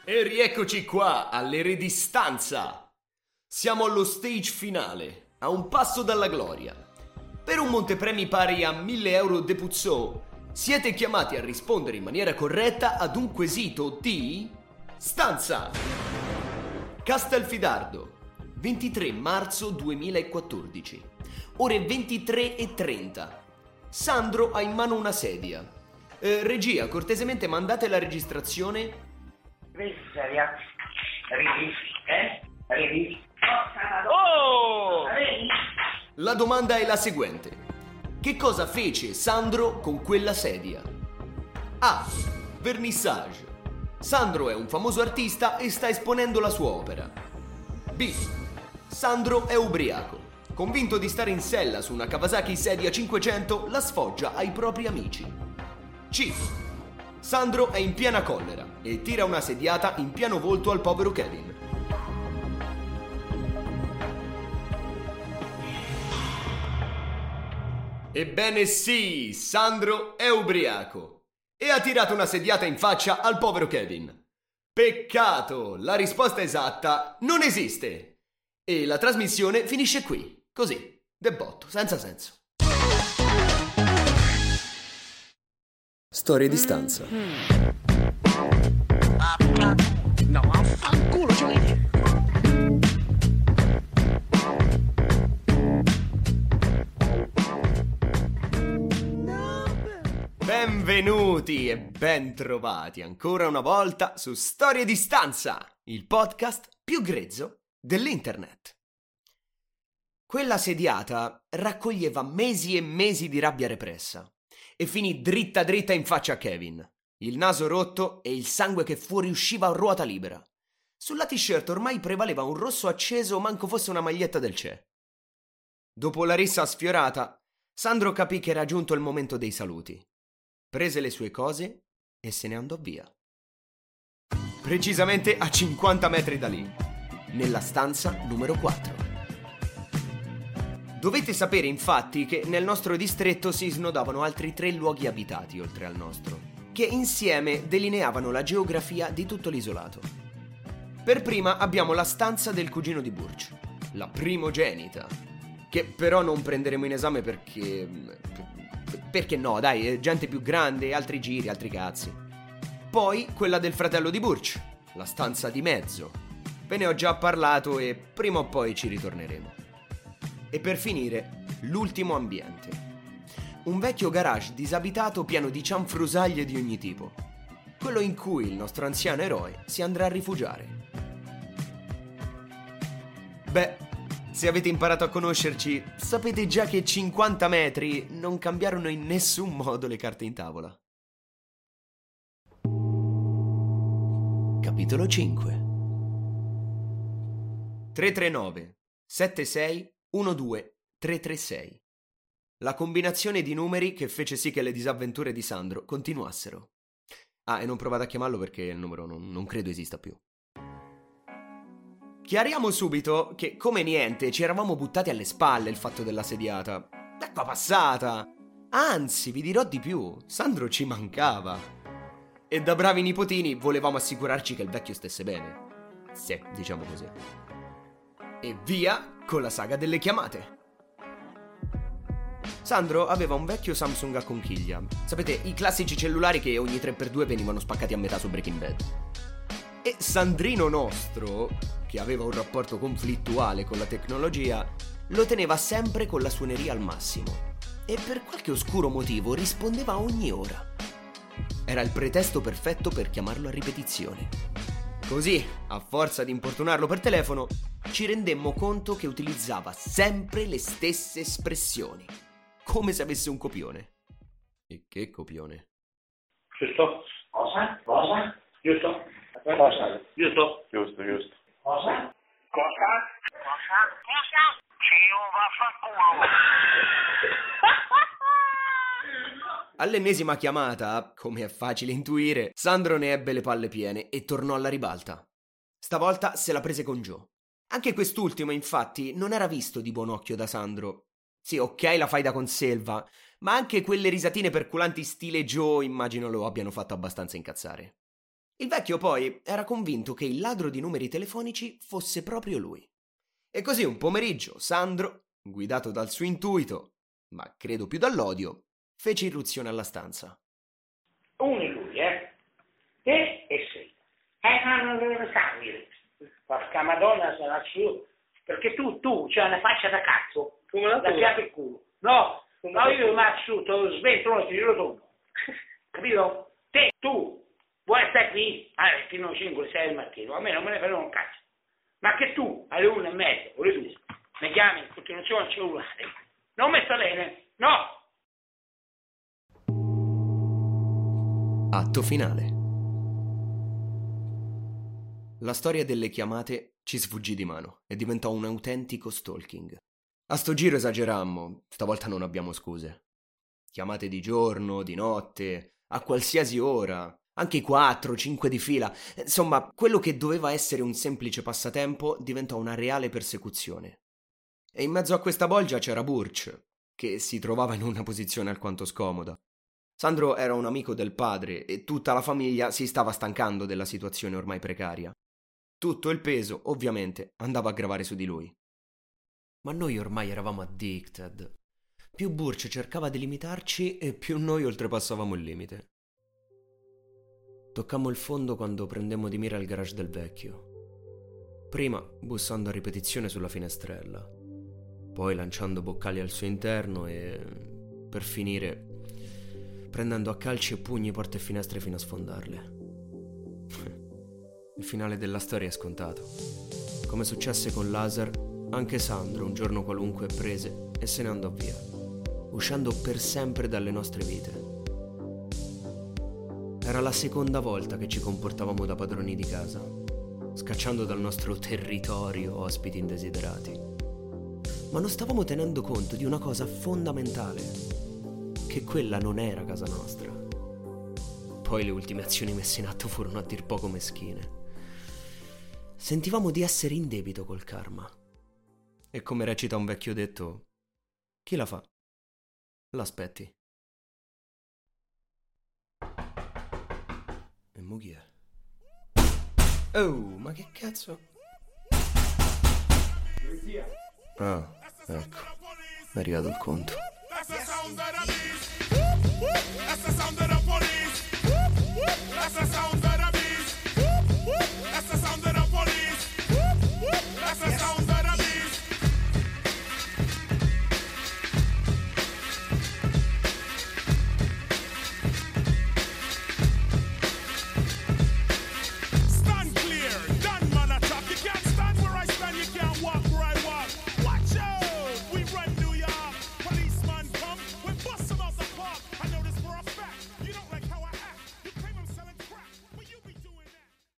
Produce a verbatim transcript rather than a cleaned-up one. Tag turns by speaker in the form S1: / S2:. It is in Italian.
S1: E rieccoci qua all'Eredistanza. Siamo allo stage finale, a un passo dalla gloria. Per un montepremi pari a mille euro de Puzzò, siete chiamati a rispondere in maniera corretta ad un quesito di stanza. Castelfidardo, ventitré marzo duemilaquattordici, ore ventitré e trenta. Sandro ha in mano una sedia. Eh, regia, cortesemente mandate la registrazione.
S2: Sedia. Ridi. Eh? Ridi.
S3: Oh!
S1: La domanda è la seguente. Che cosa fece Sandro con quella sedia? A. Vernissage. Sandro è un famoso artista e sta esponendo la sua opera. B. Sandro è ubriaco. Convinto di stare in sella su una Kawasaki sedia cinquecento, la sfoggia ai propri amici. C. Sandro è in piena collera e tira una sediata in pieno volto al povero Kevin. Ebbene sì, Sandro è ubriaco e ha tirato una sediata in faccia al povero Kevin. Peccato, la risposta esatta non esiste. E la trasmissione finisce qui, così, de botto, senza senso. Storie di stanza.
S3: No, affanculo, cioè.
S1: Benvenuti e ben trovati ancora una volta su Storie di stanza, il podcast più grezzo dell'internet. Quella sediata raccoglieva mesi e mesi di rabbia repressa e finì dritta dritta in faccia a Kevin, il naso rotto e il sangue che fuoriusciva a ruota libera. Sulla t-shirt ormai prevaleva un rosso acceso, manco fosse una maglietta del C E. Dopo la rissa sfiorata, Sandro capì che era giunto il momento dei saluti. Prese le sue cose e se ne andò via. Precisamente a cinquanta metri da lì, nella stanza numero quattro. Dovete sapere infatti che nel nostro distretto si snodavano altri tre luoghi abitati oltre al nostro, che insieme delineavano la geografia di tutto l'isolato. Per prima abbiamo la stanza del cugino di Burch, la primogenita, che però non prenderemo in esame perché... perché no, dai, gente più grande, altri giri, altri cazzi. Poi quella del fratello di Burch, la stanza di mezzo. Ve ne ho già parlato e prima o poi ci ritorneremo. E per finire, l'ultimo ambiente. Un vecchio garage disabitato pieno di cianfrusaglie di ogni tipo. Quello in cui il nostro anziano eroe si andrà a rifugiare. Beh, se avete imparato a conoscerci, sapete già che cinquanta metri non cambiarono in nessun modo le carte in tavola. Capitolo cinque. tre tre nove sette sei uno due tre tre sei. La combinazione di numeri che fece sì che le disavventure di Sandro continuassero. Ah, e non provate a chiamarlo perché il numero non, non credo esista più. Chiariamo subito che, come niente, ci eravamo buttati alle spalle il fatto della sediata. L'acqua passata! Anzi, vi dirò di più, Sandro ci mancava. E da bravi nipotini volevamo assicurarci che il vecchio stesse bene. Sì, diciamo così. E via con la saga delle chiamate. Sandro aveva un vecchio Samsung a conchiglia. Sapete, i classici cellulari che ogni tre per due venivano spaccati a metà su Breaking Bad. E Sandrino nostro, che aveva un rapporto conflittuale con la tecnologia, lo teneva sempre con la suoneria al massimo. E per qualche oscuro motivo rispondeva a ogni ora. Era il pretesto perfetto per chiamarlo a ripetizione. Così, a forza di importunarlo per telefono, ci rendemmo conto che utilizzava sempre le stesse espressioni, come se avesse un copione. E che copione?
S2: Giusto? Cosa? Cosa? Giusto? Cosa? Giusto? Giusto, giusto. Cosa? Cosa? Cosa? Cosa? Cio vaffanculo.
S1: All'ennesima chiamata, come è facile intuire, Sandro ne ebbe le palle piene e tornò alla ribalta. Stavolta se la prese con Joe. Anche quest'ultimo, infatti, non era visto di buon occhio da Sandro. Sì, ok la faida con Selva, ma anche quelle risatine perculanti stile Joe immagino lo abbiano fatto abbastanza incazzare. Il vecchio poi era convinto che il ladro di numeri telefonici fosse proprio lui. E così un pomeriggio Sandro, guidato dal suo intuito, ma credo più dall'odio, fece irruzione alla stanza.
S2: Uno è lui, eh? Te e sei. Eh, no, non lo sai. Porca Madonna, sarà su. Perché tu, tu, c'hai una faccia da cazzo. Come la tua? Da piatto il culo. No, no, io ma su, te lo smetto, non ti giro tu. Capito? Te, tu, vuoi stare qui? Ah, fino alle cinque, sei del mattino. A me non me ne frega un cazzo. Ma che tu, alle una e mezza, o le due, mi chiami in continuazione al cellulare. Non mi sta bene, no!
S1: Atto finale. La storia delle chiamate ci sfuggì di mano e diventò un autentico stalking. A sto giro esagerammo, stavolta non abbiamo scuse. Chiamate di giorno, di notte, a qualsiasi ora, anche quattro, cinque di fila. Insomma, quello che doveva essere un semplice passatempo diventò una reale persecuzione. E in mezzo a questa bolgia c'era Burch, che si trovava in una posizione alquanto scomoda. Sandro era un amico del padre e tutta la famiglia si stava stancando della situazione ormai precaria. Tutto il peso, ovviamente, andava a gravare su di lui. Ma noi ormai eravamo addicted. Più Burch cercava di limitarci e più noi oltrepassavamo il limite. Toccammo il fondo quando prendemmo di mira il garage del vecchio. Prima bussando a ripetizione sulla finestrella, poi lanciando boccali al suo interno e, per finire, prendendo a calci e pugni porte e finestre fino a sfondarle. Il finale della storia è scontato. Come successe con Lazar, anche Sandro un giorno qualunque prese e se ne andò via, uscendo per sempre dalle nostre vite. Era la seconda volta che ci comportavamo da padroni di casa, scacciando dal nostro territorio ospiti indesiderati. Ma non stavamo tenendo conto di una cosa fondamentale, che quella non era casa nostra. Poi le ultime azioni messe in atto furono a dir poco meschine. Sentivamo di essere in debito col karma. E come recita un vecchio detto, chi la fa? L'aspetti. E mo chi è? Oh, ma che cazzo? Ah, ecco, è arrivato il conto.
S4: That's the sound of the beast. That's the sound of the